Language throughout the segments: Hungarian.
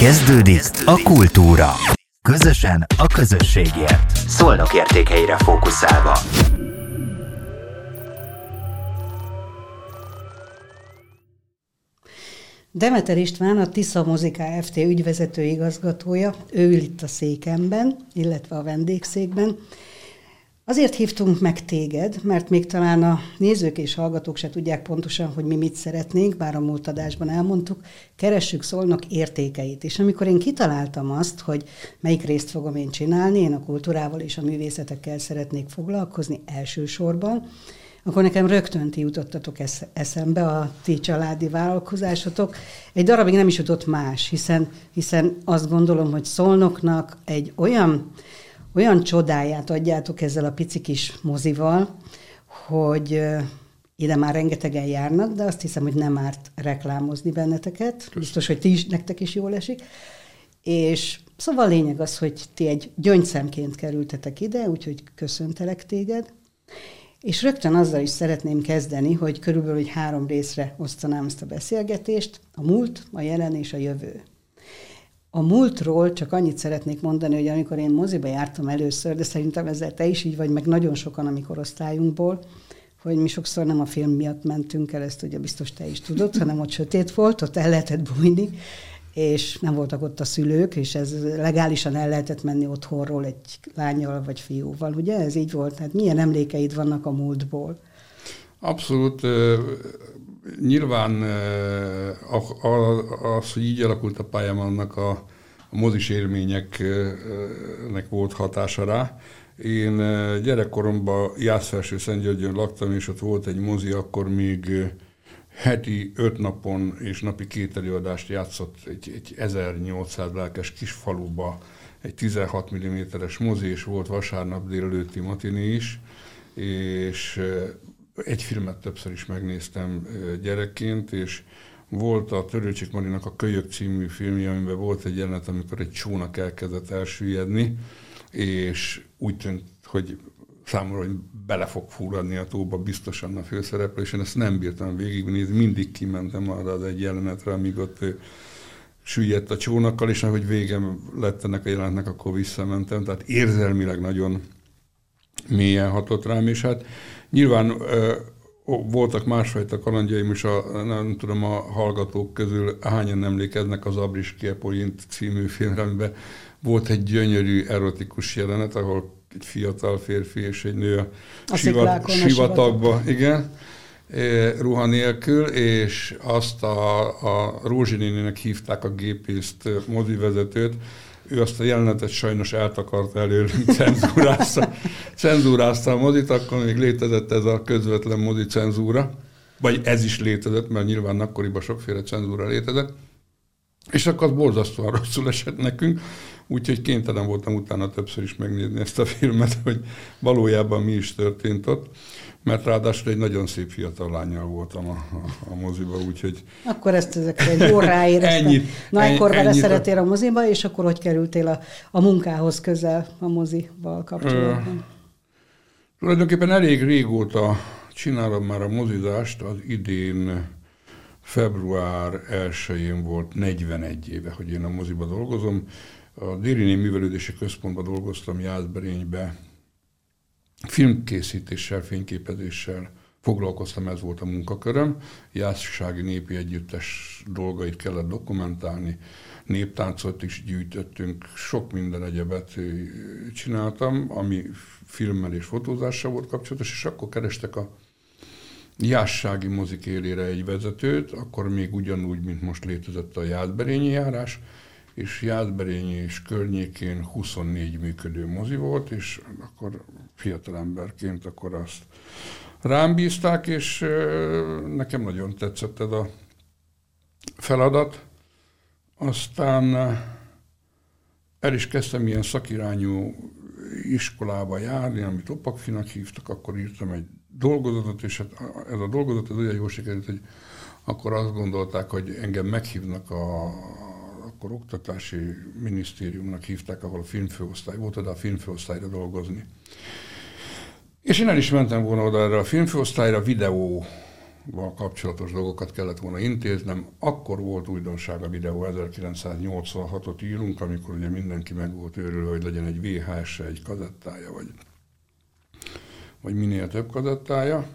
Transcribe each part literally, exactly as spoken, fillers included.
Kezdődik a kultúra. Közösen a közösségért. Szolnok értékeire fókuszálva. Demeter István, a Tisza Mozi Kft. Ügyvezető igazgatója, ő ül itt a székemben, illetve a vendégszékben. Azért hívtunk meg téged, mert még talán a nézők és hallgatók se tudják pontosan, hogy mi mit szeretnénk, bár a múlt adásban elmondtuk, keressük Szolnok értékeit. És amikor én kitaláltam azt, hogy melyik részt fogom én csinálni, én a kultúrával és a művészetekkel szeretnék foglalkozni elsősorban, akkor nekem rögtön ti jutottatok eszembe, a ti családi vállalkozásotok. Egy darabig nem is jutott más, hiszen, hiszen azt gondolom, hogy Szolnoknak egy olyan, olyan csodáját adjátok ezzel a pici kis mozival, hogy ide már rengetegen járnak, de azt hiszem, hogy nem árt reklámozni benneteket. Biztos, hogy ti is, nektek is jól esik. És szóval a lényeg az, hogy ti egy gyöngyszemként kerültetek ide, úgyhogy köszöntelek téged. És rögtön azzal is szeretném kezdeni, hogy körülbelül hogy három részre osztanám ezt a beszélgetést, a múlt, a jelen és a jövő. A múltról csak annyit szeretnék mondani, hogy amikor én moziba jártam először, de szerintem ezzel te is így vagy, meg nagyon sokan a mi korosztályunkból, hogy mi sokszor nem a film miatt mentünk el, ezt ugye biztos te is tudod, hanem ott sötét volt, ott el lehetett bújni, és nem voltak ott a szülők, és ez legálisan el lehetett menni otthonról egy lánnyal vagy fiúval, ugye? Ez így volt. Tehát milyen emlékeid vannak a múltból? Abszolút. Nyilván az, hogy így alakult a pályám, annak a, a mozis élményeknek volt hatása rá. Én gyerekkoromban Jászfelső-Szentgyörgyön laktam, és ott volt egy mozi, akkor még heti öt napon és napi két előadást játszott egy, egy ezernyolcszáz lelkes kis faluba, egy tizenhat milliméteres mozi, és volt vasárnap délelőtti matiné is, és egy filmet többször is megnéztem gyerekként, és volt a Törőcsik Marinak a Kölyök című filmje, amiben volt egy jelenet, amikor egy csónak elkezdett elsüllyedni, és úgy tűnt, hogy számomra, hogy bele fog fulladni a tóba biztosan a főszereplő, és én ezt nem bírtam végignézni, mindig kimentem arra az egy jelenetre, amíg ott süllyedt a csónakkal, és ahogy végem lett ennek a jelenetnek, akkor visszamentem, tehát érzelmileg nagyon mélyen hatott rám, és hát nyilván ö, voltak másfajta kalandjaim is, a, nem tudom, a hallgatók közül hányan emlékeznek az Abris Kiepolint című filmre, amiben volt egy gyönyörű erotikus jelenet, ahol egy fiatal férfi és egy nő a, a sivat, sivatagba, igen, ruha nélkül, és azt a, a Rózsi néninek hívták a gépészt, mozivezetőt, ő azt a jelenetet sajnos eltakarta előlünk, cenzúrázta, cenzúrázta a mozit, akkor még létezett ez a közvetlen mozi cenzúra, vagy ez is létezett, mert nyilván akkoriban sokféle cenzúra létezett, és akkor az borzasztóan rosszul esett nekünk, úgyhogy kénytelen voltam utána többször is megnézni ezt a filmet, hogy valójában mi is történt ott, mert ráadásul egy nagyon szép fiatal lányjal voltam a, a, a moziba, úgyhogy... Akkor ezt ezekre egy jól ráéreztem. Ennyit, Na, ekkor vele szeretél a moziba, és akkor hogy kerültél a, a munkához közel a mozival kapcsolatban? Ö, tulajdonképpen elég régóta csinálom már a mozizást, az idén február elsején volt negyvenegy éve, hogy én a moziba dolgozom. A Déri Művelődési Központban dolgoztam Jászberénybe, filmkészítéssel, fényképezéssel foglalkoztam, ez volt a munkaköröm. Jászsági Népi Együttes dolgait kellett dokumentálni, néptáncot is gyűjtöttünk, sok minden egyebet csináltam, ami filmmel és fotózással volt kapcsolatos, és akkor kerestek a Jászsági mozik élére egy vezetőt, akkor még ugyanúgy, mint most létezett a jászberényi járás, és Jászberényi és környékén huszonnégy működő mozi volt, és akkor fiatalemberként akkor azt rám bízták, és nekem nagyon tetszett ez a feladat. Aztán el is kezdtem ilyen szakirányú iskolába járni, amit Opakfinak hívtak, akkor írtam egy dolgozatot, és hát ez a dolgozat ez olyan jól sikerült, hogy akkor azt gondolták, hogy engem meghívnak a akkor oktatási minisztériumnak hívták, ahol a filmfőosztály volt, oda a filmfőosztályra dolgozni. És én el is mentem volna oda erre a filmfőosztályra, videó videóval kapcsolatos dolgokat kellett volna intéznem. Akkor volt újdonság a videó, ezerkilencszáznyolcvanhatot írunk, amikor ugye mindenki meg volt őrülve, hogy legyen egy vé há es, egy kazettája, vagy, vagy minél több kazettája.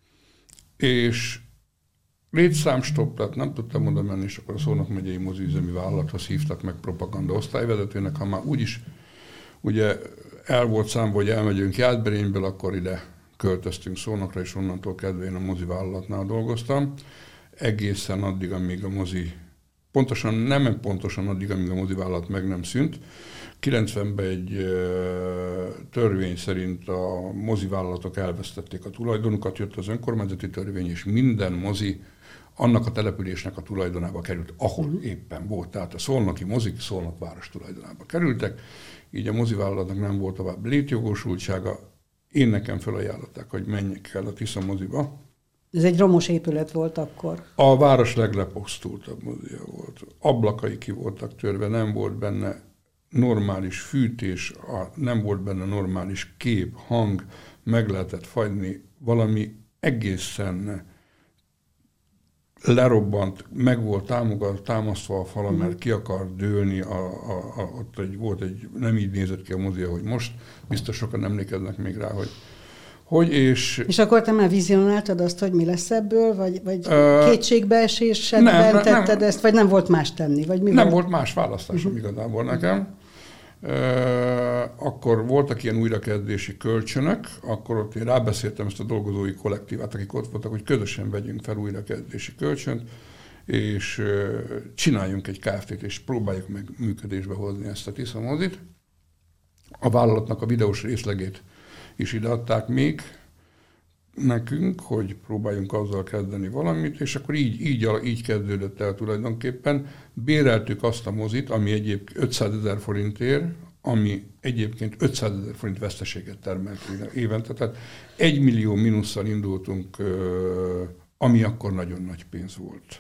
És létszámstopp, tehát nem tudtam oda menni, és akkor a Szolnok megyei moziüzemi vállalathoz hívtak meg propaganda osztályvezetőnek, ha már úgyis ugye el volt számba, hogy elmegyünk Jászberényből, akkor ide költöztünk Szolnokra, és onnantól kezdve én a mozi vállalatnál dolgoztam. Egészen addig, amíg a mozi, pontosan, nem pontosan addig, amíg a mozi vállalat meg nem szűnt. kilencvenben egy törvény szerint a mozi vállalatok elvesztették a tulajdonukat, jött az önkormányzati törvény, és minden mozi annak a településnek a tulajdonába került, ahol uh-huh. éppen volt. Tehát a szolnoki mozik Szolnok város tulajdonába kerültek, így a mozivállalatnak nem volt tovább létjogosultsága. Én nekem felajánlották, hogy menjek el a Tisza moziba. Ez egy romos épület volt akkor? A város leglepusztultabb mozia volt. Ablakai ki voltak törve, nem volt benne normális fűtés, a, nem volt benne normális kép, hang, meg lehetett fagyni, valami egészen lerobbant, meg volt támogat, támasztva a fala, mert ki akar dőlni, a, a, a, ott egy, volt egy, nem így nézett ki a mozia, hogy most, biztos sokan emlékeznek még rá, hogy hogy és... És akkor te már vizionáltad azt, hogy mi lesz ebből, vagy, vagy uh, kétségbeesésedben tetted ezt, vagy nem volt más tenni? Vagy mi nem volt? volt más választásom uh-huh. igazából nekem. Uh, akkor voltak ilyen újrakezdési kölcsönök, akkor ott én rábeszéltem ezt a dolgozói kollektívát, akik ott voltak, hogy közösen vegyünk fel újrakezdési kölcsönt, és uh, csináljunk egy ká ef té-t, és próbáljuk meg működésbe hozni ezt a Tisza mozit. A vállalatnak a videós részlegét is ideadták még nekünk, hogy próbáljunk azzal kezdeni valamit, és akkor így, így, így kezdődött el tulajdonképpen. Béreltük azt a mozit, ami egyébként ötszázezer forintért, ami egyébként ötszázezer forint veszteséget termelt évente, tehát egy millió mínusszal indultunk, ami akkor nagyon nagy pénz volt.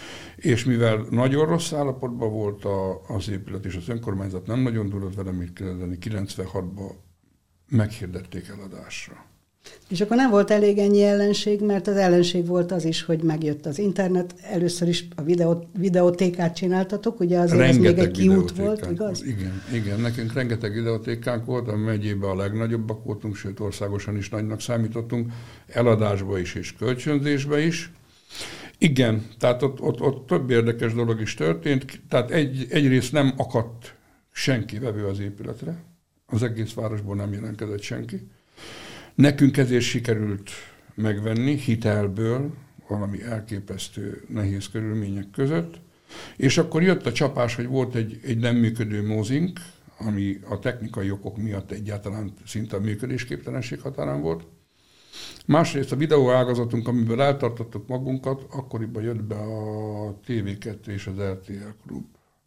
És mivel nagyon rossz állapotban volt az épület, és az önkormányzat nem nagyon tudott vele mit kezdeni, kilencvenhatban meghirdették eladásra. És akkor nem volt elég ennyi ellenség, mert az ellenség volt az is, hogy megjött az internet. Először is a videó, videótékát csináltatok, ugye azért ez még egy kiút volt, igaz? Igen, igen, nekünk rengeteg videótékánk volt, a megyében a legnagyobbak voltunk, sőt országosan is nagynak számítottunk, eladásba is és kölcsönzésbe is. Igen, tehát ott, ott, ott több érdekes dolog is történt, tehát egy, egyrészt nem akadt senki vevő az épületre, az egész városból nem jelentkezett senki. Nekünk ezért sikerült megvenni hitelből, valami elképesztő nehéz körülmények között, és akkor jött a csapás, hogy volt egy, egy nem működő mozink, ami a technikai okok miatt egyáltalán szinte a működésképtelenség határán volt. Másrészt a videóágazatunk, amiből eltartottuk magunkat, akkoriban jött be a té vé kettő és az er té el Klub.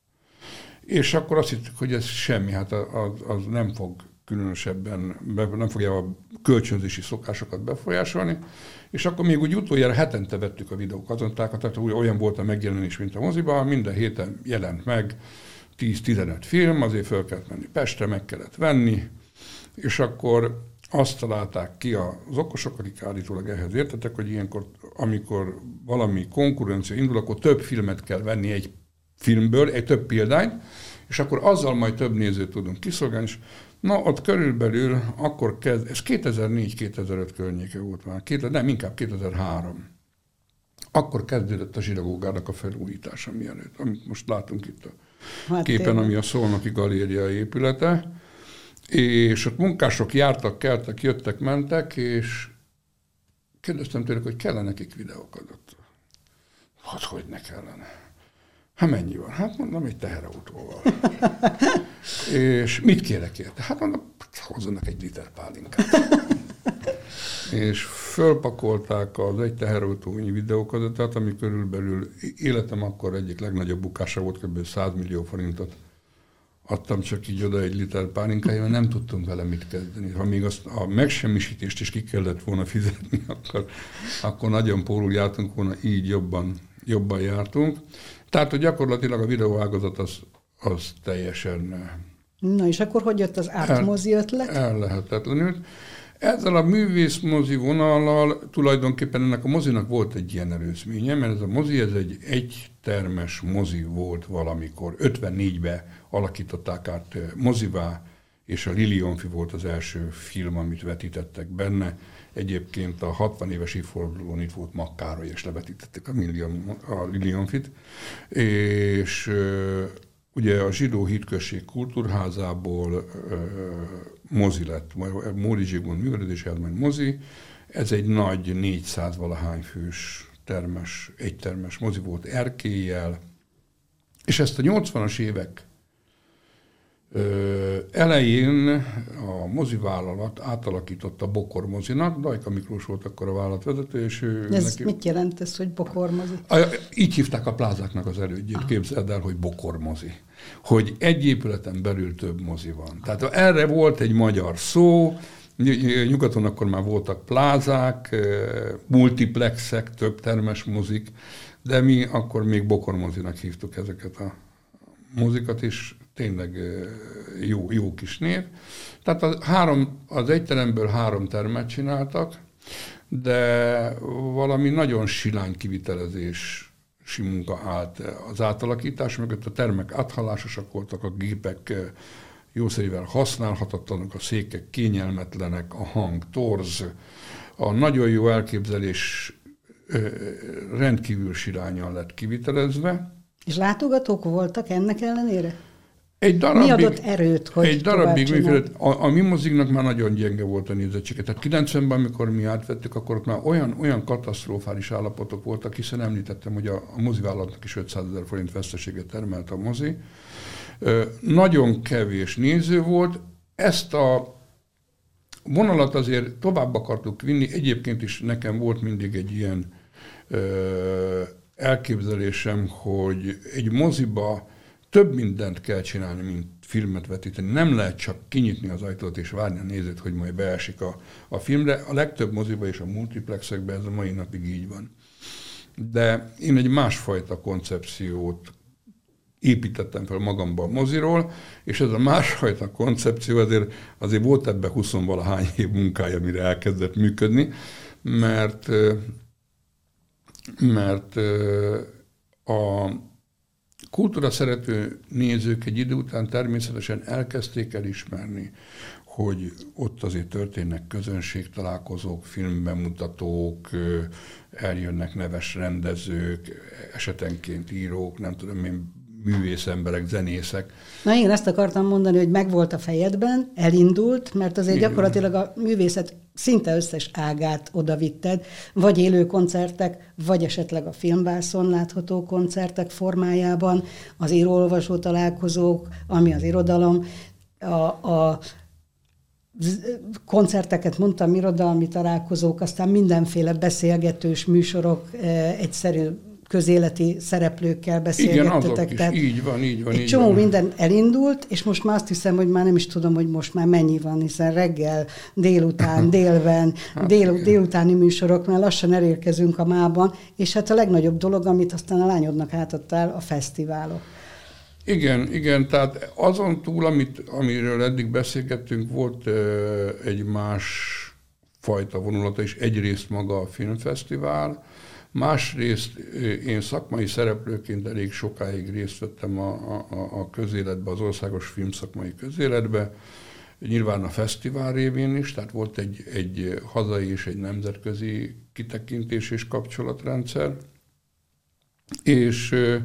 És akkor azt hittük, hogy ez semmi, hát az, az nem fog különösebben, nem fogja a kölcsönzési szokásokat befolyásolni, és akkor még úgy utoljára hetente vettük a videókazettákat, tehát olyan volt a megjelenés, mint a moziban, minden héten jelent meg tíz-tizenöt film, azért fel kellett menni Pestre, meg kellett venni, és akkor azt találták ki az okosok, akik állítólag ehhez értettek, hogy ilyenkor, amikor valami konkurencia indul, akkor több filmet kell venni egy filmből, egy több példányt, és akkor azzal majd több nézőt tudunk kiszolgálni, és na, ott körülbelül akkor kezd, ez kétezer-négy-kétezer-öt környéke volt már, két, nem, inkább kétezer-három. Akkor kezdődött a zsinagógának a felújítása mielőtt, amit most látunk itt a hát képen, tényleg. Ami a Szolnoki Galéria épülete, és ott munkások jártak, keltek, jöttek, mentek, és kérdeztem tőlük, hogy kellene nekik videókat. Hát, hogy ne kellene? Hát mennyi van? Hát mondom, egy teherautóval. És mit kérek érte? Hát mondom, hozzanak egy liter pálinkát. És fölpakolták az egy teherautónyi videókazettát, ami körülbelül életem akkor egyik legnagyobb bukása volt, kb. száz millió forintot adtam csak így oda egy liter pálinkája, mert nem tudtunk vele mit kezdeni. Ha még azt a megsemmisítést is ki kellett volna fizetni, akkor, akkor nagyon pórul jártunk volna, így jobban, jobban jártunk. Tehát, hogy gyakorlatilag a videóágazat az, az teljesen... Na és akkor hogy jött az átmozi ötlet? El, ellehetetlenült. Ezzel a művészmozi vonallal tulajdonképpen ennek a mozinak volt egy ilyen előzménye, mert ez a mozi, ez egy egytermes mozi volt valamikor. ötvennégyben alakították át mozivá, és a Lilionfi volt az első film, amit vetítettek benne. Egyébként a hatvan éves évfordulón itt volt Makk Károly, és levetítettek a, million, a Lilionfit. És ugye a Zsidó Hitközség Kultúrházából mozi lett, Móri Zsigmond művelődési majd mozi. Ez egy nagy négyszáz valahány fős termes, egytermes mozi volt erkéllyel, és ezt a nyolcvanas évek ö, elején a mozivállalat átalakította Bokor mozinak, Dajka Miklós volt akkor a vállalatvezető, és ő... Ez neki, mit jelent ez, hogy Bokor mozi? A, így hívták a plázáknak az elődjét, ah. Képzeld el, hogy Bokor mozi. Hogy egy épületen belül több mozi van. Tehát erre volt egy magyar szó, nyugaton akkor már voltak plázák, multiplexek, több termes mozik, de mi akkor még Bokor mozinak hívtuk ezeket a mozikat, és tényleg jó, jó kis név. Tehát a három, az egy teremből három termet csináltak, de valami nagyon silány kivitelezés munka állt az átalakítás, mögött a termek áthalásosak voltak, a gépek jószerivel használhatatlanok, a székek kényelmetlenek, a hang torz, a nagyon jó elképzelés rendkívül silányan lett kivitelezve. És látogatók voltak ennek ellenére? Egy darabig, mi adott erőt, hogy egy darabig működött. A, a mi moziknak már nagyon gyenge volt a nézettsége. Tehát kilencvenben, amikor mi átvettük, akkor ott már olyan, olyan katasztrofális állapotok voltak, hiszen említettem, hogy a, a mozivállalatnak is ötszázezer forint veszteséget termelt a mozi. Ö, nagyon kevés néző volt. Ezt a vonalat azért tovább akartuk vinni. Egyébként is nekem volt mindig egy ilyen ö, elképzelésem, hogy egy moziba több mindent kell csinálni, mint filmet vetíteni. Nem lehet csak kinyitni az ajtót és várni a nézőt, hogy majd beesik a, a filmre. A legtöbb moziba és a multiplexekben ez a mai napig így van. De én egy másfajta koncepciót építettem fel magamban a moziról, és ez a másfajta koncepció azért, azért volt ebben huszonvalahány év munkája, mire elkezdett működni, mert, mert a kultúra szerető nézők egy idő után természetesen elkezdték elismerni, hogy ott azért történnek közönségtalálkozók, filmbemutatók, eljönnek neves rendezők, esetenként írók, nem tudom én, művészemberek, zenészek. Na én ezt akartam mondani, hogy megvolt a fejedben, elindult, mert azért igen, gyakorlatilag a művészet szinte összes ágát odavitted, vagy élő koncertek, vagy esetleg a filmvászon látható koncertek formájában, az író-olvasó találkozók, ami az irodalom, a, a koncerteket mondtam, irodalmi találkozók, aztán mindenféle beszélgetős műsorok, egyszerű közéleti szereplőkkel beszélgettetek. Igen, azok is. Így van, így van. Egy így csomó van. minden elindult, és most már azt hiszem, hogy már nem is tudom, hogy most már mennyi van, hiszen reggel, délután, délben, hát dél, délutáni műsorok, mert lassan elérkezünk a mában, és hát a legnagyobb dolog, amit aztán a lányodnak átadtál, a fesztiválok. Igen, igen, tehát azon túl, amit, amiről eddig beszélgettünk, volt uh, egy más fajta vonulata is, egyrészt maga a filmfesztivál, másrészt én szakmai szereplőként elég sokáig részt vettem a, a, a közéletbe, az országos filmszakmai közéletbe, nyilván a fesztivál révén is, tehát volt egy, egy hazai és egy nemzetközi kitekintés és kapcsolatrendszer, és ö,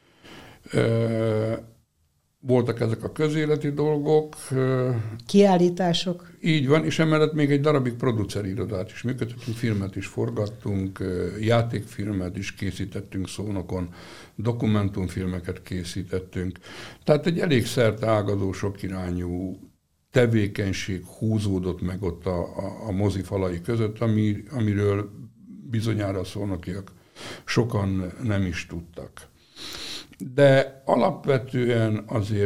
ö, voltak ezek a közéleti dolgok. Kiállítások. Így van, és emellett még egy darabig produceri irodát is működtettünk, filmet is forgattunk, játékfilmet is készítettünk Szónokon, dokumentumfilmeket készítettünk. Tehát egy elég szerteágazó, sokirányú tevékenység húzódott meg ott a, a, a mozi falai között, ami, amiről bizonyára a szónokiak sokan nem is tudtak. De alapvetően azért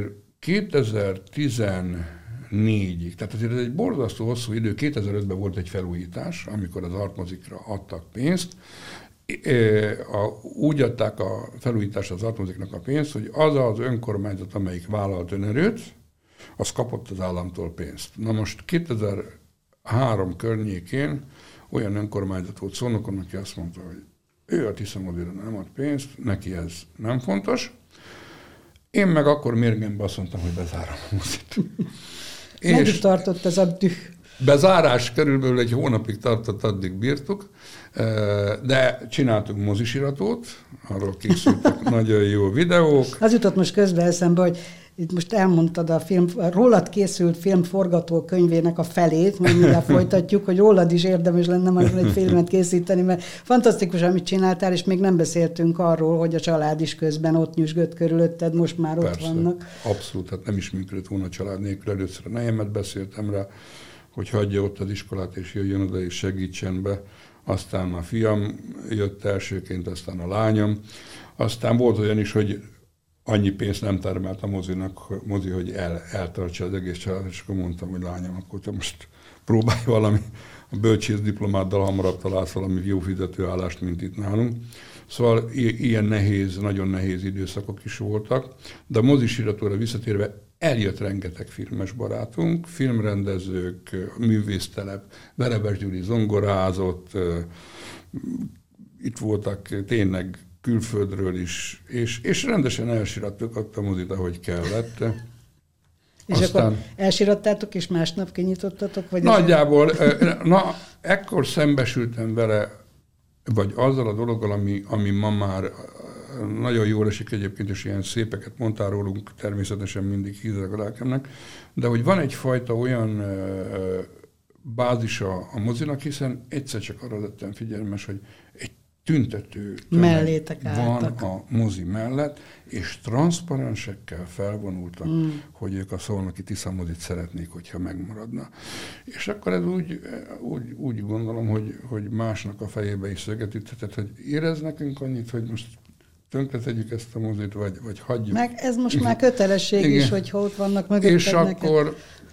kétezer-tizennégyig, tehát azért ez egy borzasztó hosszú idő, kétezer-ötben volt egy felújítás, amikor az Artmozikra adtak pénzt. Úgy adták a felújításra az Artmoziknak a pénzt, hogy az az önkormányzat, amelyik vállalt önerőt, az kapott az államtól pénzt. Na most kétezer három környékén olyan önkormányzat volt Szolnokon, aki azt mondta, hogy ő a Tisza mozira nem ad pénzt, neki ez nem fontos. Én meg akkor mérgemben azt mondtam, hogy bezárom a mozit. Meddig tartott ez a düh? Bezárás körülbelül egy hónapig tartott, addig bírtuk, de csináltunk mozisiratót, arról készültek nagyon jó videók. Az jutott most közbe eszembe, hogy itt most elmondtad a film, a rólad készült film forgatókönyvének a felét, majd mindjárt folytatjuk, hogy rólad is érdemes lenne majd egy filmet készíteni, mert fantasztikus, amit csináltál, és még nem beszéltünk arról, hogy a család is közben ott nyüzsgött körülötted, most már Persze, ott vannak. Abszolút, hát nem is működött volna a család nélkül. Először a nejemet beszéltem rá, hogy hagyja ott az iskolát, és jöjjön oda, és segítsen be. Aztán a fiam jött elsőként, aztán a lányom. Aztán volt olyan is, hogy annyi pénzt nem termelt a mozinak, mozi, hogy el, eltartsa az egész család, és akkor mondtam, hogy lányom, akkor te most próbálj valami a bölcsész diplomáddal hamarabb találsz valami jó fizetőállást, mint itt nálunk. Szóval i- ilyen nehéz, nagyon nehéz időszakok is voltak, de a mozisiratóra visszatérve eljött rengeteg filmes barátunk, filmrendezők, művésztelep, Verebes Gyuri zongorázott, itt voltak tényleg külföldről is, és, és rendesen elsirattuk a mozit, ahogy kellett. És Aztán, akkor elsirattátok, és másnap kinyitottatok? Vagy nagyjából, na, ekkor szembesültem vele, vagy azzal a dologgal, ami, ami ma már nagyon jól esik egyébként, és ilyen szépeket mondtál rólunk, természetesen mindig hízek a lelkemnek, de hogy van egyfajta olyan bázisa a mozinak, hiszen egyszer csak arra lettem figyelmes, hogy egy tüntető van a mozi mellett, és transzparensekkel felvonultak, mm. hogy ők a szolnoki Tisza mozit szeretnék, hogyha megmaradna. És akkor ez úgy, úgy, úgy gondolom, hogy, hogy másnak a fejébe is szöget üthetett, hogy érez nekünk annyit, hogy most tönkretegyük ezt a mozit, vagy, vagy hagyjuk. Meg ez most már kötelesség Igen. is, hogyha ott vannak mögötted És akkor,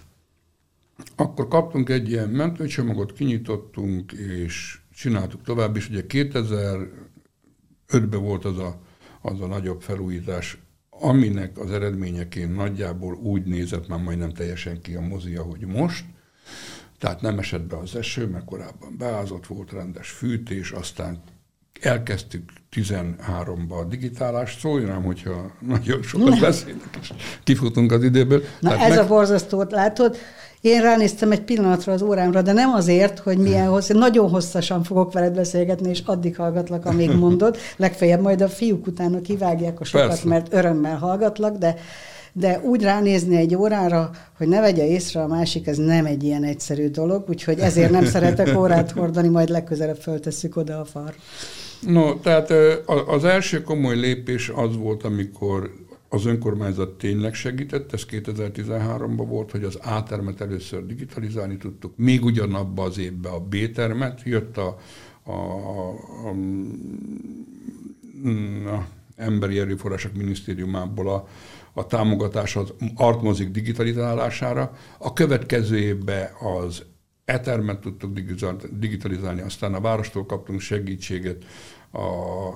akkor kaptunk egy ilyen mentőcsomagot, kinyitottunk, és csináltuk tovább is. Ugye kétezer-ötben volt az a, az a nagyobb felújítás, aminek az eredményeként nagyjából úgy nézett már majdnem teljesen ki a mozi, ahogy most. Tehát nem esett be az eső, mert korábban beázott, volt rendes fűtés, aztán elkezdtük tizenháromba a digitálást, szóljon, hogyha nagyon sokat beszélnek, és kifutunk az időből. Na Tehát ez meg... a borzasztót látod. Én ránéztem egy pillanatra az órámra, de nem azért, hogy milyen hosszú, nagyon hosszasan fogok veled beszélgetni, és addig hallgatlak, amíg mondod. Legfeljebb majd a fiúk utána kivágják a sokat, Persze. mert örömmel hallgatlak, de, de úgy ránézni egy órára, hogy ne vegye észre a másik, ez nem egy ilyen egyszerű dolog, úgyhogy ezért nem szeretek órát hordani, majd legközelebb föltesszük oda a far. No, tehát az első komoly lépés az volt, amikor az önkormányzat tényleg segített, ez kétezer-tizenháromban volt, hogy az A-termet először digitalizálni tudtuk, még ugyanabban az évben a B-termet, jött a, a, a, a, a Emberi Erőforrások Minisztériumából a, a támogatás az artmozik digitalizálására, a következő évben az E-termet tudtuk digitalizálni, aztán a várostól kaptunk segítséget a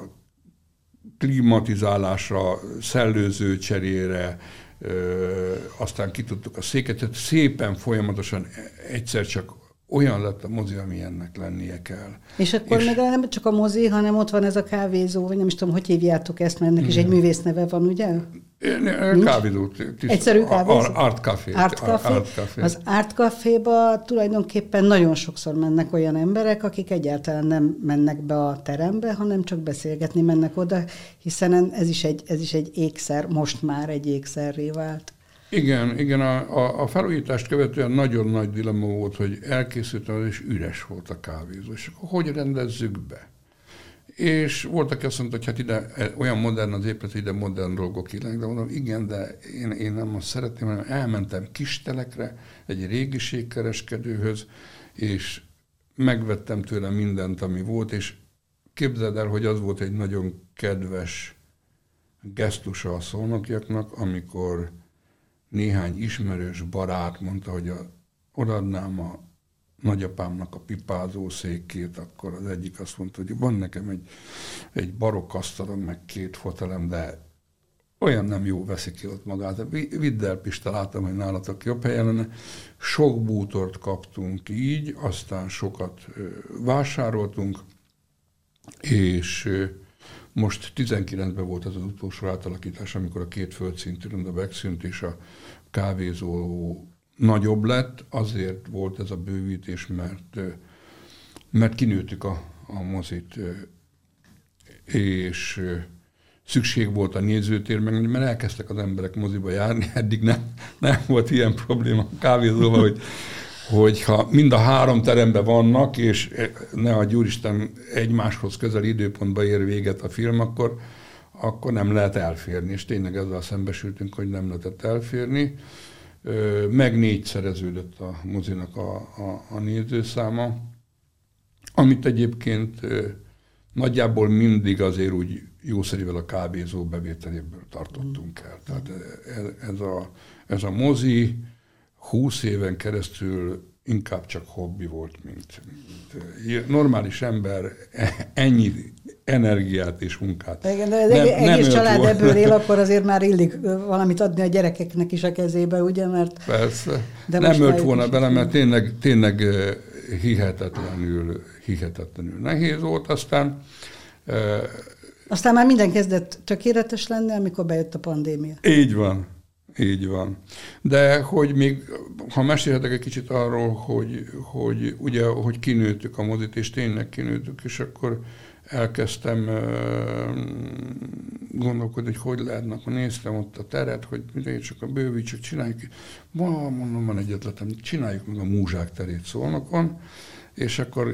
klimatizálásra, szellőző cserére, ö, aztán kitudtuk a széket, tehát szépen folyamatosan egyszer csak olyan lett a mozi, ami ennek lennie kell. És akkor és meg nem csak a mozi, hanem ott van ez a kávézó, vagy nem is tudom, hogy hívjátok ezt, mert ennek is egy művészneve van, ugye? Kávézó. Egyszerű kávézó? Art Café. Art Café. Art Café. Az Art Caféba tulajdonképpen nagyon sokszor mennek olyan emberek, akik egyáltalán nem mennek be a terembe, hanem csak beszélgetni mennek oda, hiszen ez is egy, ez is egy ékszer, most már egy ékszerré vált. Igen, igen, a, a, a felújítást követően nagyon nagy dilemma volt, hogy elkészült, és üres volt a kávézó, és akkor hogy rendezzük be? És volt, aki azt mondta, hogy hát ide olyan modern az épület, ide modern dolgok ilyenek, de mondom, igen, de én, én nem azt szeretném, hanem elmentem Kistelekre, egy régiségkereskedőhöz, és megvettem tőle mindent, ami volt, és képzeld el, hogy az volt egy nagyon kedves gesztusa a szolnokiaknak, amikor néhány ismerős barát mondta, hogy a, odaadnám a nagyapámnak a pipázó székét, akkor az egyik azt mondta, hogy van nekem egy, egy barokk asztalom, meg két fotelem, de olyan nem jó veszi ki ott magát. Vidd el, Pista, látom, hogy nálatok jobb helyen lenne. Sok bútort kaptunk így, aztán sokat vásároltunk, és most tizenkilencben volt az az utolsó átalakítás, amikor a két földszintű ronda megszűnt, és a kávézó nagyobb lett. Azért volt ez a bővítés, mert, mert kinőttük a, a mozit, és szükség volt a nézőtér, meg, mert elkezdtek az emberek moziba járni, eddig nem, nem volt ilyen probléma a kávézóval, hogy, hogyha mind a három teremben vannak, és ne adj Úristen egymáshoz közeli időpontban ér véget a film, akkor, akkor nem lehet elférni, és tényleg ezzel szembesültünk, hogy nem lehetett elférni. Meg négyszereződött a mozinak a, a, a nézőszáma, amit egyébként nagyjából mindig azért úgy jószerivel a kávézó bevételéből tartottunk el. Tehát ez a, ez a mozi húsz éven keresztül inkább csak hobbi volt, mint, mint normális ember ennyi energiát és munkát. Igen, de az nem, egész nem család volna. Ebből él, akkor azért már illik valamit adni a gyerekeknek is a kezébe, ugye? Mert persze. De nem ölt volna bele, mert tényleg, tényleg hihetetlenül, hihetetlenül nehéz volt. Aztán Aztán már minden kezdett tökéletes lenni, amikor bejött a pandémia. Így van. Így van. De hogy még, ha mesélhetek egy kicsit arról, hogy, hogy ugye, hogy kinőttük a mozit, és tényleg kinőttük, és akkor elkezdtem uh, gondolkodni, hogy hogy lehetne, akkor néztem ott a teret, hogy mindegy, csak a bővítsük, csináljuk. Van, mondom, van egy ötletem, csináljuk meg a Múzsák terét Szolnokon, és akkor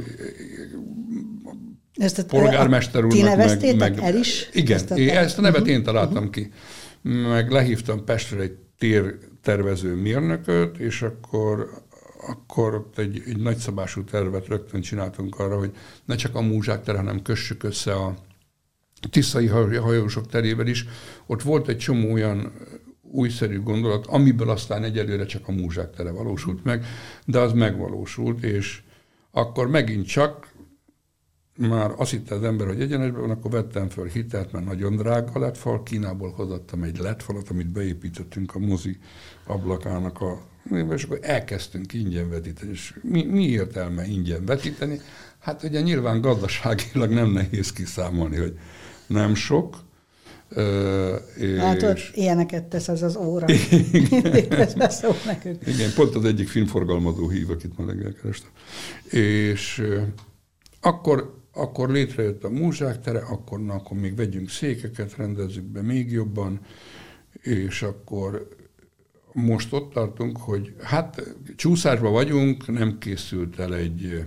ezt a polgármester úrnak ti neveztétek meg, meg el is? Igen, ezt a, én, ezt a nevet uh-huh. én találtam uh-huh. ki. Meg lehívtam Pestre egy tértervező mérnököt, és akkor, akkor ott egy, egy nagyszabású tervet rögtön csináltunk arra, hogy ne csak a Múzsák tere, hanem kössük össze a tiszai hajósok terével is. Ott volt egy csomó olyan újszerű gondolat, amiből aztán egyelőre csak a Múzsák tere valósult meg, de az megvalósult, és akkor megint csak már azt hitte az ember, hogy egyenesben van, akkor vettem föl hitelt, mert nagyon drága lett fal. Kínából hozattam egy led falat, amit beépítettünk a mozi ablakának a... És akkor elkezdtünk ingyen vetíteni. És mi, mi értelme ingyen vetíteni? Hát ugye nyilván gazdaságilag nem nehéz kiszámolni, hogy nem sok. Uh, hát ott ilyeneket tesz az az óra. Igen. Szól nekünk. Igen, pont az egyik filmforgalmazó hív, akit már reggel kerestem. És uh, akkor Akkor létrejött a Múzsák tere, akkor, na, akkor még vegyünk székeket, rendezzük be még jobban, és akkor most ott tartunk, hogy hát csúszásban vagyunk, nem készült el egy,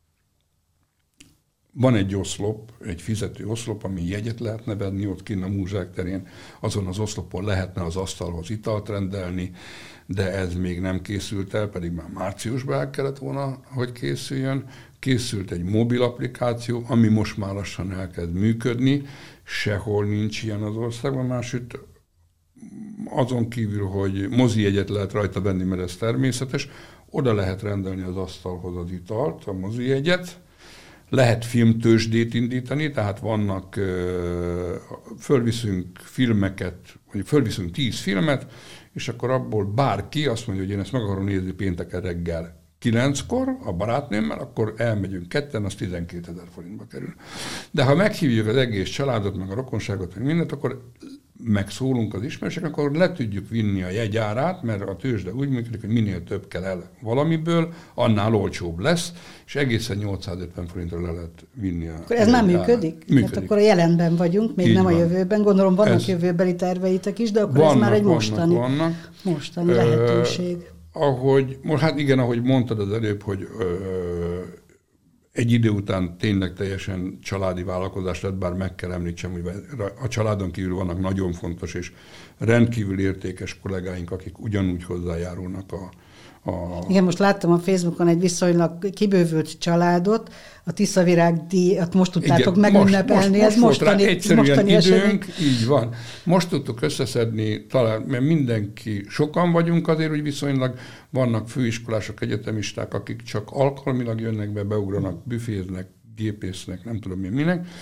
van egy oszlop, egy fizető oszlop, ami jegyet lehetne venni ott kinn a Múzsák terén, azon az oszlopon lehetne az asztalhoz italt rendelni, de ez még nem készült el, pedig már márciusban el kellett volna, hogy készüljön. Készült egy mobil applikáció, ami most már lassan elkezd működni, sehol nincs ilyen az országban, másütt azon kívül, hogy mozi jegyet lehet rajta venni, mert ez természetes, oda lehet rendelni az asztalhoz az italt, a mozi jegyet, lehet filmtőzsdét indítani, tehát vannak, fölviszünk filmeket, vagy fölviszünk tíz filmet, és akkor abból bárki azt mondja, hogy én ezt meg akarom nézni pénteken reggel kilenckor a barátnőmmel, akkor elmegyünk ketten, az tizenkétezer forintba kerül. De ha meghívjuk az egész családot, meg a rokonságot, meg mindent, akkor megszólunk az ismerősöknek, akkor le tudjuk vinni a jegyárát, mert a tőzsde úgy működik, hogy minél több kell el valamiből, annál olcsóbb lesz, és egészen nyolcszázötven forintra le lehet vinni a Akkor ez már működik? Működik. Hát akkor a jelenben vagyunk, még így nem van. A jövőben. Gondolom vannak ez jövőbeli terveitek is, de akkor vannak, ez már egy mostani, vannak, vannak. mostani lehetőség. Ahogy, hát igen, ahogy mondtad az előbb, hogy ö, egy idő után tényleg teljesen családi vállalkozás lett, bár meg kell említsem, hogy a családon kívül vannak nagyon fontos és rendkívül értékes kollégáink, akik ugyanúgy hozzájárulnak a, a... Igen, most láttam a Facebookon egy viszonylag kibővült családot, a Tiszavirág díjat most tudtátok igen, megünnepelni, most, most, ez mostani, egyszerűen mostani időnk, esemény. Így van. Most tudtuk összeszedni, talán, mert mindenki, sokan vagyunk azért, hogy viszonylag vannak főiskolások, egyetemisták, akik csak alkalmilag jönnek be, beugranak, büféznek, gépésznek, nem tudom én minek,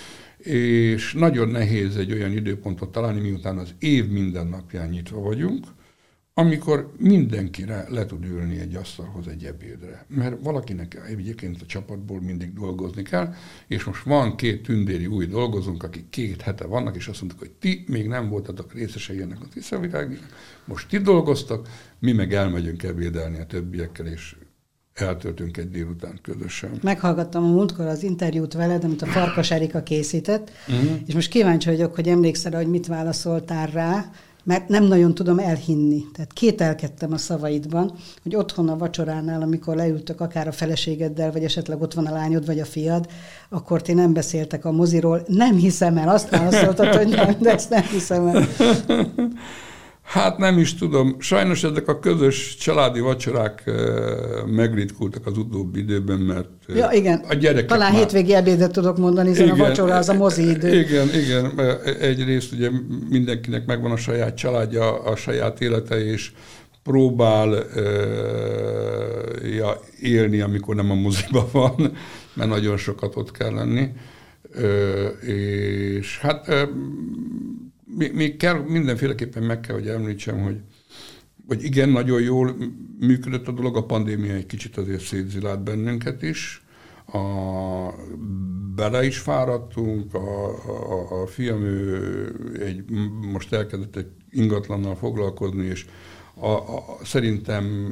és nagyon nehéz egy olyan időpontot találni, miután az év minden napján nyitva vagyunk, amikor mindenkire le tud ülni egy asztalhoz egy ebédre. Mert valakinek egyébként a csapatból mindig dolgozni kell, és most van két tündéri új dolgozónk, akik két hete vannak, és azt mondtuk, hogy ti még nem voltatok részesei ennek a Tiszavirágnak, most ti dolgoztak, mi meg elmegyünk ebédelni a többiekkel, és eltöltünk egy délután közösen. Meghallgattam a múltkor az interjút veled, amit a Farkas Erika készített, uh-huh. és most kíváncsi vagyok, hogy emlékszel, hogy mit válaszoltál rá, mert nem nagyon tudom elhinni. Tehát kételkedtem a szavaidban, hogy otthon a vacsoránál, amikor leültök akár a feleségeddel, vagy esetleg ott van a lányod, vagy a fiad, akkor ti nem beszéltek a moziról. Nem hiszem el. Azt válaszoltad, hogy nem, de ezt nem hiszem el. Hát nem is tudom. Sajnos ezek a közös családi vacsorák megritkultak az utóbbi időben, mert ja, igen. a gyerekek talán már... hétvégi ebédet tudok mondani, hiszen igen, a vacsora az a mozi idő. Igen, igen. Egyrészt ugye mindenkinek megvan a saját családja, a saját élete, és próbál uh, ja, élni, amikor nem a moziban van, mert nagyon sokat ott kell lenni. Uh, és hát uh, még kell, mindenféleképpen meg kell, hogy említsem, hogy, hogy igen, nagyon jól működött a dolog, a pandémia egy kicsit azért szétzilált bennünket is. A, bele is fáradtunk, a, a, a fiam ő egy, most elkezdett egy ingatlannal foglalkozni, és a, a, szerintem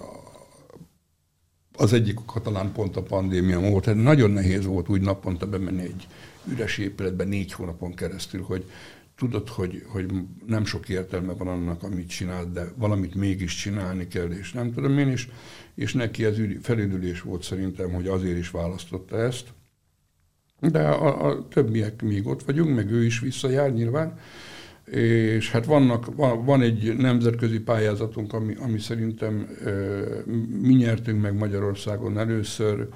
az egyik oka talán pont a pandémia volt. Tehát nagyon nehéz volt úgy naponta bemenni egy üres épületbe négy hónapon keresztül, hogy tudod, hogy, hogy nem sok értelme van annak, amit csinál, de valamit mégis csinálni kell, és nem tudom én is, és neki ez felüdülés volt szerintem, hogy azért is választotta ezt. De a, a többiek még ott vagyunk, meg ő is visszajár nyilván, és hát vannak, van, van egy nemzetközi pályázatunk, ami, ami szerintem mi nyertünk meg Magyarországon először,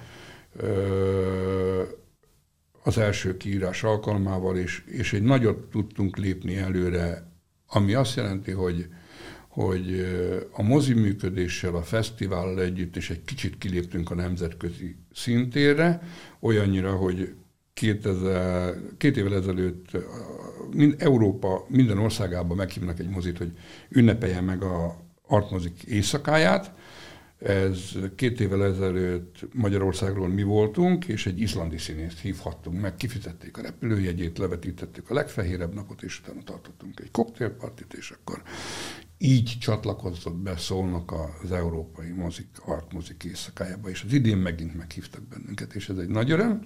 az első kiírás alkalmával, és, és egy nagyot tudtunk lépni előre, ami azt jelenti, hogy, hogy a mozi működéssel, a fesztivállal együtt, és egy kicsit kiléptünk a nemzetközi szintére, olyannyira, hogy kétezer, két évvel ezelőtt mind, Európa minden országában meghívnak egy mozit, hogy ünnepelje meg a artmozik éjszakáját. Ez két évvel ezelőtt Magyarországról mi voltunk, és egy izlandi színészt hívhattunk meg, kifizették a repülőjegyét, levetítettük a legfehérebb napot, és utána tartottunk egy koktélpartit, és akkor így csatlakozott be Szolnok az európai mozik, artmozik éjszakájába, és az idén megint meghívtak bennünket, és ez egy nagy öröm.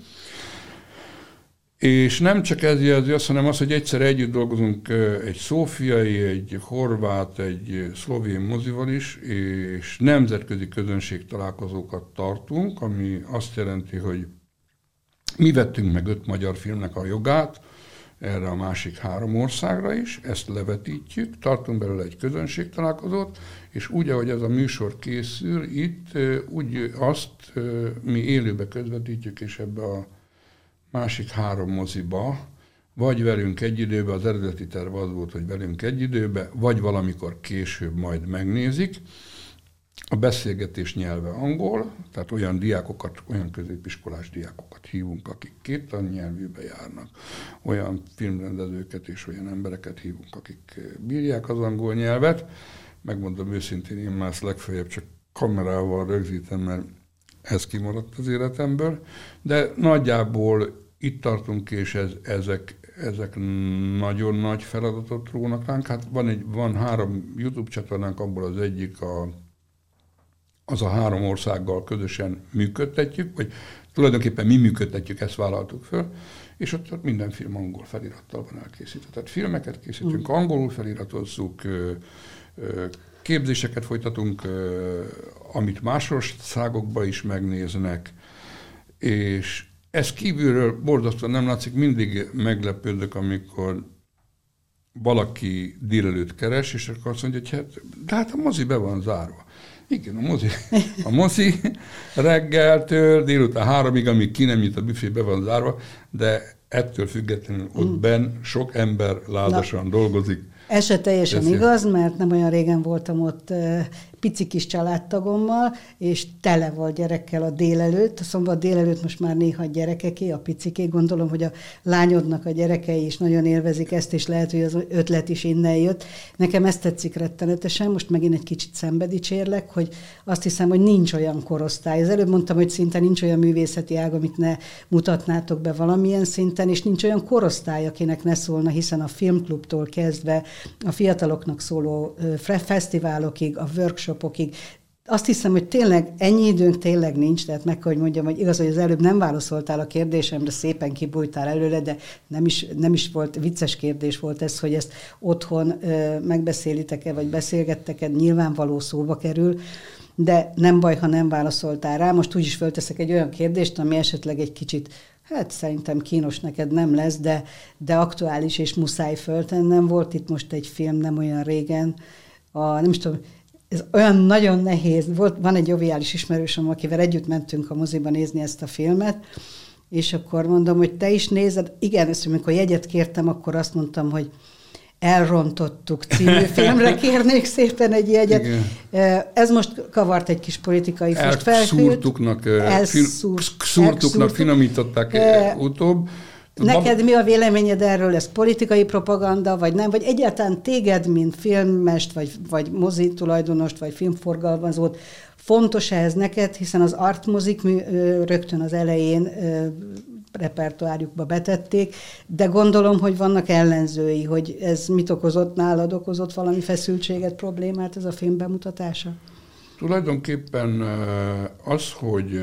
És nem csak ez jelzi azt, hanem az, hogy egyszer együtt dolgozunk egy szófiai, egy horvát, egy szlovén mozival is, és nemzetközi közönség találkozókat tartunk, ami azt jelenti, hogy mi vettünk meg öt magyar filmnek a jogát, erre a másik három országra is, ezt levetítjük, tartunk belőle egy közönségtalálkozót, és úgy, ahogy ez a műsor készül, itt úgy azt mi élőbe közvetítjük, és ebbe a másik három moziba, vagy velünk egy időben, az eredeti terv az volt, hogy velünk egy időben, vagy valamikor később majd megnézik. A beszélgetés nyelve angol, tehát olyan diákokat, olyan középiskolás diákokat hívunk, akik két tannyelvűbe járnak, olyan filmrendezőket és olyan embereket hívunk, akik bírják az angol nyelvet. Megmondom őszintén, én már ezt legfeljebb csak kamerával rögzítem, mert ez kimaradt az életemből, de nagyjából itt tartunk, és ez, ezek, ezek nagyon nagy feladatot rónak ránk. Hát van, egy, van három YouTube csatornánk, abból az egyik a, az a három országgal közösen működtetjük, vagy tulajdonképpen mi működtetjük, ezt vállaltuk föl, és ott, ott minden film angol felirattal van elkészítve. Tehát filmeket készítünk, mm. angolul feliratozzuk, képzéseket folytatunk, amit más országokban is megnéznek, és ez kívülről borzasztóan nem látszik, mindig meglepődök, amikor valaki délelőtt keres, és akkor azt mondja, hogy hát, de hát a mozi be van zárva. Igen, a mozi, a mozi reggeltől délután háromig, amíg ki nem nyit a büfé, be van zárva, de ettől függetlenül ott benn sok ember lázasan dolgozik, Ez se teljesen Köszönöm. igaz, mert nem olyan régen voltam ott pici kis családtagommal, és tele volt gyerekkel a délelőtt. A szombat délelőtt most már néha gyerekeké, a piciké. Gondolom, hogy a lányodnak a gyerekei is nagyon élvezik ezt, és lehet, hogy az ötlet is innen jött. Nekem ezt tetszik rettenetesen, most megint egy kicsit szembedicsérlek, hogy azt hiszem, hogy nincs olyan korosztály. Az előbb mondtam, hogy szinte nincs olyan művészeti ág, amit ne mutatnátok be valamilyen szinten, és nincs olyan korosztály, akinek ne szólna, hiszen a filmklubtól kezdve a fiataloknak szóló fesztiválokig, a workshopokig. Azt hiszem, hogy tényleg ennyi időnk tényleg nincs, tehát meg kell, hogy mondjam, hogy igaz, hogy az előbb nem válaszoltál a kérdésemre, szépen kibújtál előle, de nem is, nem is volt, vicces kérdés volt ez, hogy ezt otthon ö, megbeszélitek-e, vagy beszélgettek-e, nyilvánvaló szóba kerül, de nem baj, ha nem válaszoltál rá. Most úgyis fölteszek egy olyan kérdést, ami esetleg egy kicsit, hát szerintem kínos neked nem lesz, de, de aktuális és muszáj föltennem. Volt itt most egy film nem olyan régen, a, nem is tudom, ez olyan nagyon nehéz. Volt, van egy joviális ismerősöm, akivel együtt mentünk a moziba nézni ezt a filmet, és akkor mondom, hogy te is nézed. Igen, ezt, amikor jegyet kértem, akkor azt mondtam, hogy Elrontottuk című filmre kérnék szépen egy jegyet. Igen. Ez most kavart egy kis politikai füst. Elszúrtuknak, elszúrtuknak finomították e, utóbb. Neked mi a véleményed erről? Ez politikai propaganda, vagy nem? Vagy egyáltalán téged, mint filmest, vagy, vagy mozi tulajdonost, vagy filmforgalmazót, fontos ez neked, hiszen az artmozik rögtön az elején repertoárjukba betették, de gondolom, hogy vannak ellenzői, hogy ez mit okozott nálad, okozott valami feszültséget, problémát ez a film bemutatása? Tulajdonképpen az, hogy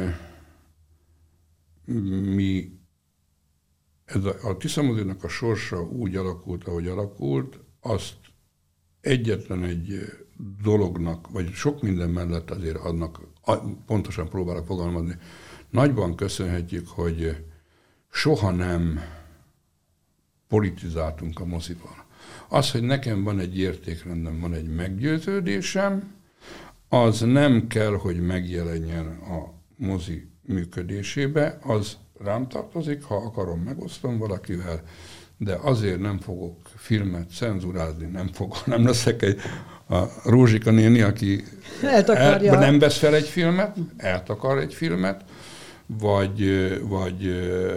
mi ez a, a Tisza mozinak a sorsa úgy alakult, ahogy alakult, azt egyetlen egy dolognak, vagy sok minden mellett azért adnak, pontosan próbálok fogalmazni, nagyban köszönhetjük, hogy soha nem politizáltunk a moziban. Az, hogy nekem van egy értékrendem, van egy meggyőződésem, az nem kell, hogy megjelenjen a mozi működésébe, az rám tartozik, ha akarom, megosztom valakivel, de azért nem fogok filmet cenzurázni, nem fogok, nem leszek egy a Rózsika néni, aki el, nem vesz fel egy filmet, eltakar egy filmet, vagy, vagy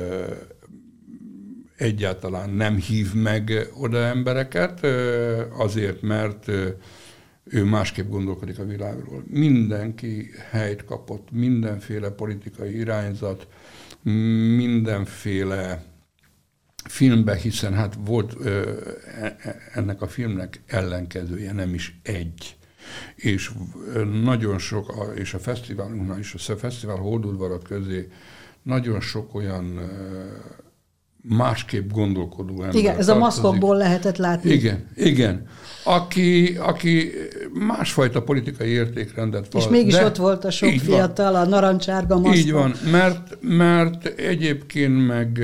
egyáltalán nem hív meg oda embereket, azért, mert ő másképp gondolkodik a világról. Mindenki helyt kapott, mindenféle politikai irányzat, mindenféle filmbe, hiszen hát volt ö, ennek a filmnek ellenkezője, nem is egy. És nagyon sok, és a fesztiválunknál is, a fesztivál holdudvarak közé nagyon sok olyan másképp gondolkodó ember. Igen, ez tartozik. A maszkokból lehetett látni. Igen, igen. Aki, aki másfajta politikai értékrendet van. És mégis de ott volt a sok fiatal, a narancsárga maszkok. Így van, mert, mert egyébként meg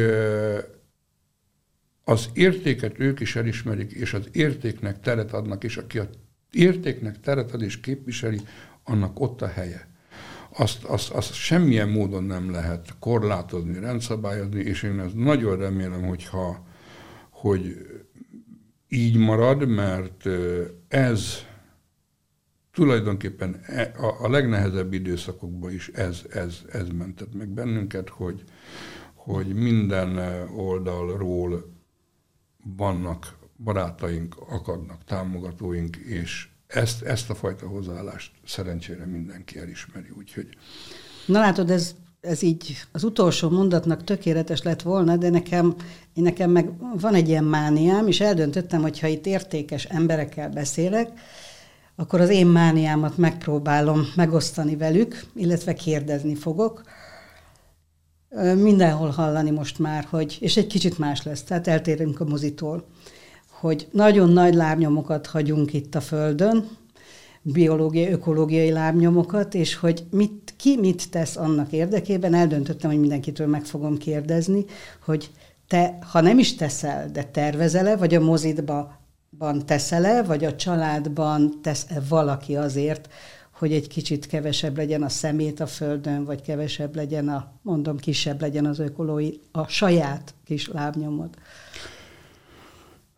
az értéket ők is elismerik, és az értéknek teret adnak, és aki az értéknek teret ad és képviseli, annak ott a helye. Azt, azt, azt semmilyen módon nem lehet korlátozni, rendszabályozni, és én ezt nagyon remélem, hogyha, hogy így marad, mert ez tulajdonképpen a, a legnehezebb időszakokban is ez, ez, ez mentett meg bennünket, hogy, hogy minden oldalról vannak barátaink, akadnak támogatóink, és ezt, ezt a fajta hozzáállást szerencsére mindenki elismeri, úgyhogy... Na látod, ez, ez így az utolsó mondatnak tökéletes lett volna, de nekem, én nekem meg van egy ilyen mániám, és eldöntöttem, hogy ha itt értékes emberekkel beszélek, akkor az én mániámat megpróbálom megosztani velük, illetve kérdezni fogok. Mindenhol hallani most már, hogy, és egy kicsit más lesz, tehát eltérünk a mozitól, hogy nagyon nagy lábnyomokat hagyunk itt a Földön, biológiai, ökológiai lábnyomokat, és hogy mit, ki mit tesz annak érdekében, eldöntöttem, hogy mindenkitől meg fogom kérdezni, hogy te, ha nem is teszel, de tervezel-e, vagy a mozidban teszel-e, vagy a családban tesz-e valaki azért, hogy egy kicsit kevesebb legyen a szemét a Földön, vagy kevesebb legyen a, mondom, kisebb legyen az ökológiai, a saját kis lábnyomod.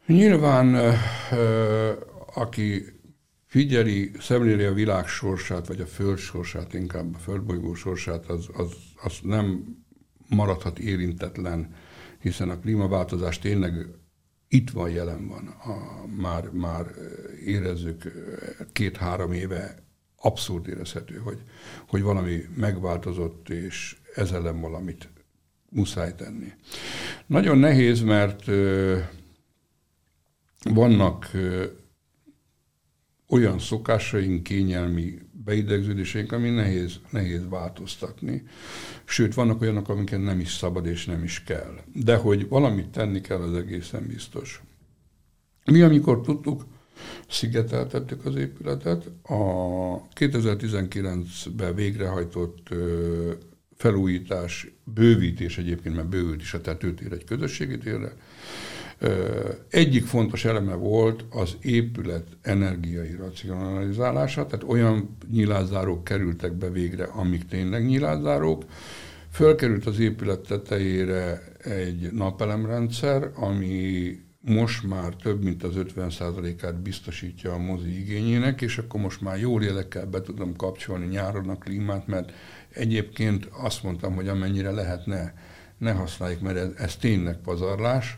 Nyilván, aki figyeli, szemléli a világ sorsát, vagy a föld sorsát, inkább a földbolygó sorsát, az, az, az nem maradhat érintetlen, hiszen a klímaváltozás tényleg itt van, jelen van. A, már, már érezzük két-három éve, abszolút érezhető, hogy, hogy valami megváltozott, és ez ellen valamit muszáj tenni. Nagyon nehéz, mert ö, vannak ö, olyan szokásaink, kényelmi beidegződéseink, ami nehéz, nehéz változtatni. Sőt, vannak olyanok, amiket nem is szabad és nem is kell. De hogy valamit tenni kell, az egészen biztos. Mi, amikor tudtuk, szigeteltettük az épületet. A kétezer-tizenkilencben végrehajtott ö, felújítás, bővítés egyébként, mert bővült is a tetőtér egy közösségi térre. Egyik fontos eleme volt az épület energiai racionalizálása, tehát olyan nyilázárók kerültek be végre, amik tényleg nyilázárók. Fölkerült az épület tetejére egy napelemrendszer, ami most már több mint az ötven százalékát biztosítja a mozi igényének, és akkor most már jó lélekkel be tudom kapcsolni nyáron a klímát, mert egyébként azt mondtam, hogy amennyire lehetne, ne használjuk, mert ez, ez tényleg pazarlás.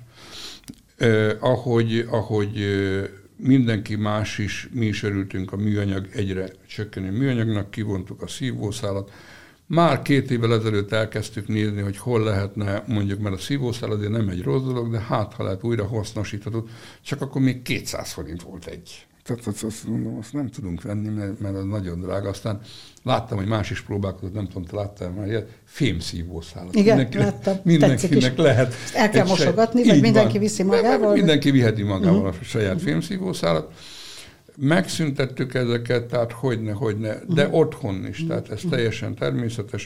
Eh, ahogy, ahogy eh, mindenki más is, mi is örültünk a műanyag egyre csökkenő műanyagnak, kivontuk a szívószálat. Már két évvel ezelőtt elkezdtük nézni, hogy hol lehetne, mondjuk, mert a szívószál azért nem egy rossz dolog, de hát, ha lehet újra hasznosítható, csak akkor még kétszáz forint volt egy. Tehát azt, azt mondom, azt nem tudunk venni, mert, mert az nagyon drága. Aztán láttam, hogy más is próbálkozott, nem tudom, te láttál már ilyet, fémszívószálat. Igen, mindenki, láttam. Mindenkinek lehet. Ezt el kell mosogatni, vagy mindenki van. Viszi magával? Mindenki viheti magával uh-huh. a saját uh-huh. fémszívószálat. Megszüntettük ezeket, tehát hogyne, hogyne, de uh-huh. otthon is, tehát ez teljesen természetes.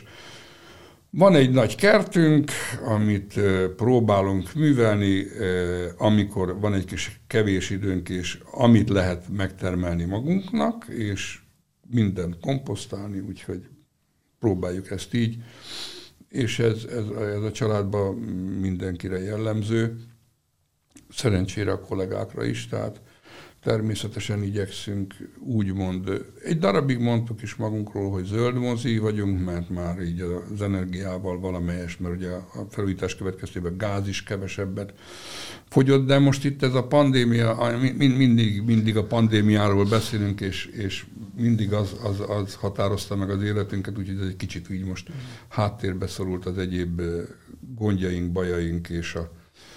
Van egy nagy kertünk, amit uh, próbálunk művelni, uh, amikor van egy kis kevés időnk, és amit lehet megtermelni magunknak, és mindent komposztálni, úgyhogy próbáljuk ezt így, és ez, ez, ez a családban mindenkire jellemző, szerencsére a kollégákra is, tehát természetesen igyekszünk úgymond, egy darabig mondtuk is magunkról, hogy zöld mozi vagyunk, mert már így az energiával valamelyes, mert ugye a felújítás következtében gáz is kevesebbet fogyott, de most itt ez a pandémia, mindig, mindig a pandémiáról beszélünk, és, és mindig az, az, az határozta meg az életünket, úgyhogy ez egy kicsit így most háttérbe szorult az egyéb gondjaink, bajaink és a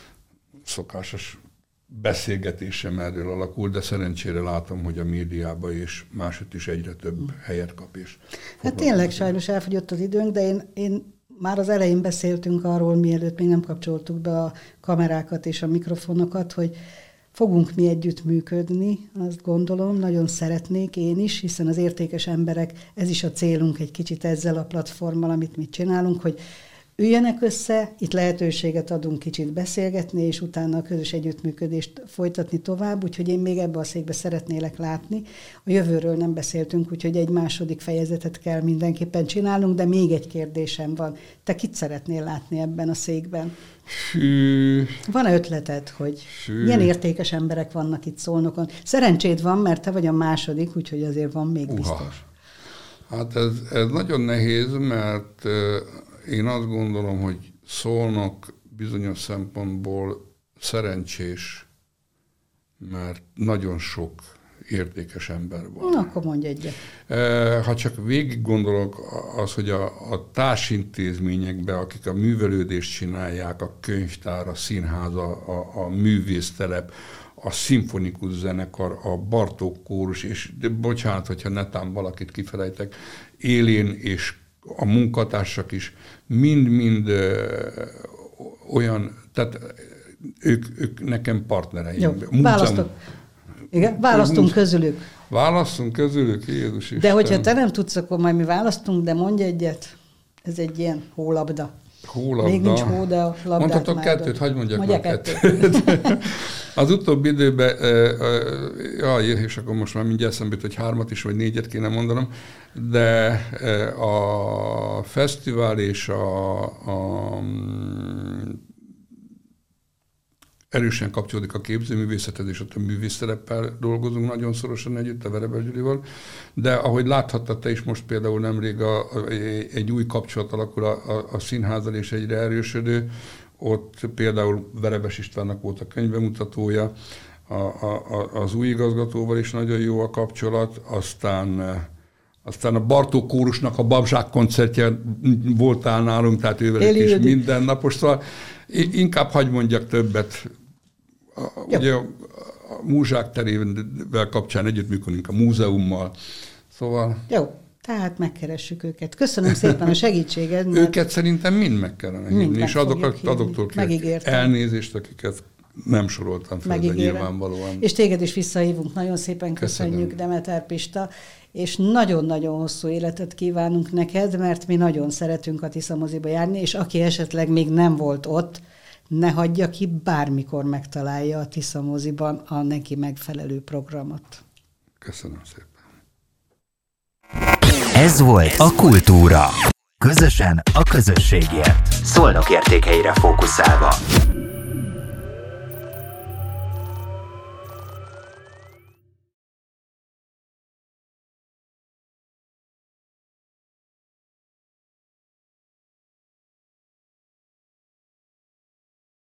szokásos beszélgetésem erről alakul, de szerencsére látom, hogy a médiában és máshogy is egyre több helyet kap. És hát tényleg sajnos elfogyott az időnk, de én, én már az elején beszéltünk arról, mielőtt még nem kapcsoltuk be a kamerákat és a mikrofonokat, hogy fogunk mi együtt működni, azt gondolom, nagyon szeretnék én is, hiszen az értékes emberek, ez is a célunk egy kicsit ezzel a platformmal, amit mi csinálunk, hogy üljenek össze, itt lehetőséget adunk kicsit beszélgetni, és utána a közös együttműködést folytatni tovább, úgyhogy én még ebbe a székbe szeretnélek látni. A jövőről nem beszéltünk, úgyhogy egy második fejezetet kell mindenképpen csinálnunk, de még egy kérdésem van. Te kit szeretnél látni ebben a székben? Hű. Van-e ötleted, hogy Hű. milyen értékes emberek vannak itt Szolnokon? Szerencséd van, mert te vagy a második, úgyhogy azért van még biztos. Uha. Hát ez, ez nagyon nehéz, mert én azt gondolom, hogy Szolnok bizonyos szempontból szerencsés, mert nagyon sok értékes ember van. Na, akkor mondj egyet. Ha csak végig gondolok az, hogy a, a társintézményekben, akik a művelődést csinálják, a könyvtár, a színház, a, a, a művésztelep, a szimfonikus zenekar, a Bartók kórus, és de bocsánat, hogyha netán valakit kifelejtek, élén és a munkatársak is mind-mind ö, olyan, tehát ők, ők nekem partnereim. Jó, választok. Igen, választunk közülük. Választunk közülük, Jézus Isten. De hogyha te nem tudsz, akkor majd mi választunk, de mondj egyet. Ez egy ilyen hólabda. Hólabda. Még nincs hó, de a labdát mondhatok már kettőt, hagyd mondjak Mondja már kettőt. Az utóbbi időben, jaj, és akkor most már mindjárt eszembe jut, hogy hármat is, vagy négyet kéne mondanom, de a fesztivál és a, a erősen kapcsolódik a képzőművészethez, és ott a művészszereppel dolgozunk nagyon szorosan együtt a Verebes Gyurival, de ahogy láthattad te is most például nemrég a, a, egy új kapcsolat alakul a, a, a színházzal, és egyre erősödő, ott például Verebes Istvánnak volt a könyvbemutatója, a, a, az új igazgatóval is nagyon jó a kapcsolat, aztán Aztán a Bartók kórusnak a Babzsák koncertje voltál nálunk, tehát ővelük is mindennapos. Szóval inkább hagy mondjak többet. A, ugye a, a Múzsák terével kapcsán együttműködünk a múzeummal. Szóval... Jó, tehát megkeressük őket. Köszönöm szépen a segítséged. Mert... Őket szerintem mind meg kellene hívni, és azokat, azoktól kérek elnézést, akiket nem soroltam fel, de nyilvánvalóan. És téged is visszahívunk. Nagyon szépen köszönjük, Köszönöm. Demeter Pista, és nagyon-nagyon hosszú életet kívánunk neked, mert mi nagyon szeretünk a Tisza moziba járni, és aki esetleg még nem volt ott, ne hagyja ki, bármikor megtalálja a Tisza moziban a neki megfelelő programot. Köszönöm szépen. Ez volt a Kultúra. Közösen a közösségért. Szolnok értékeire fókuszálva.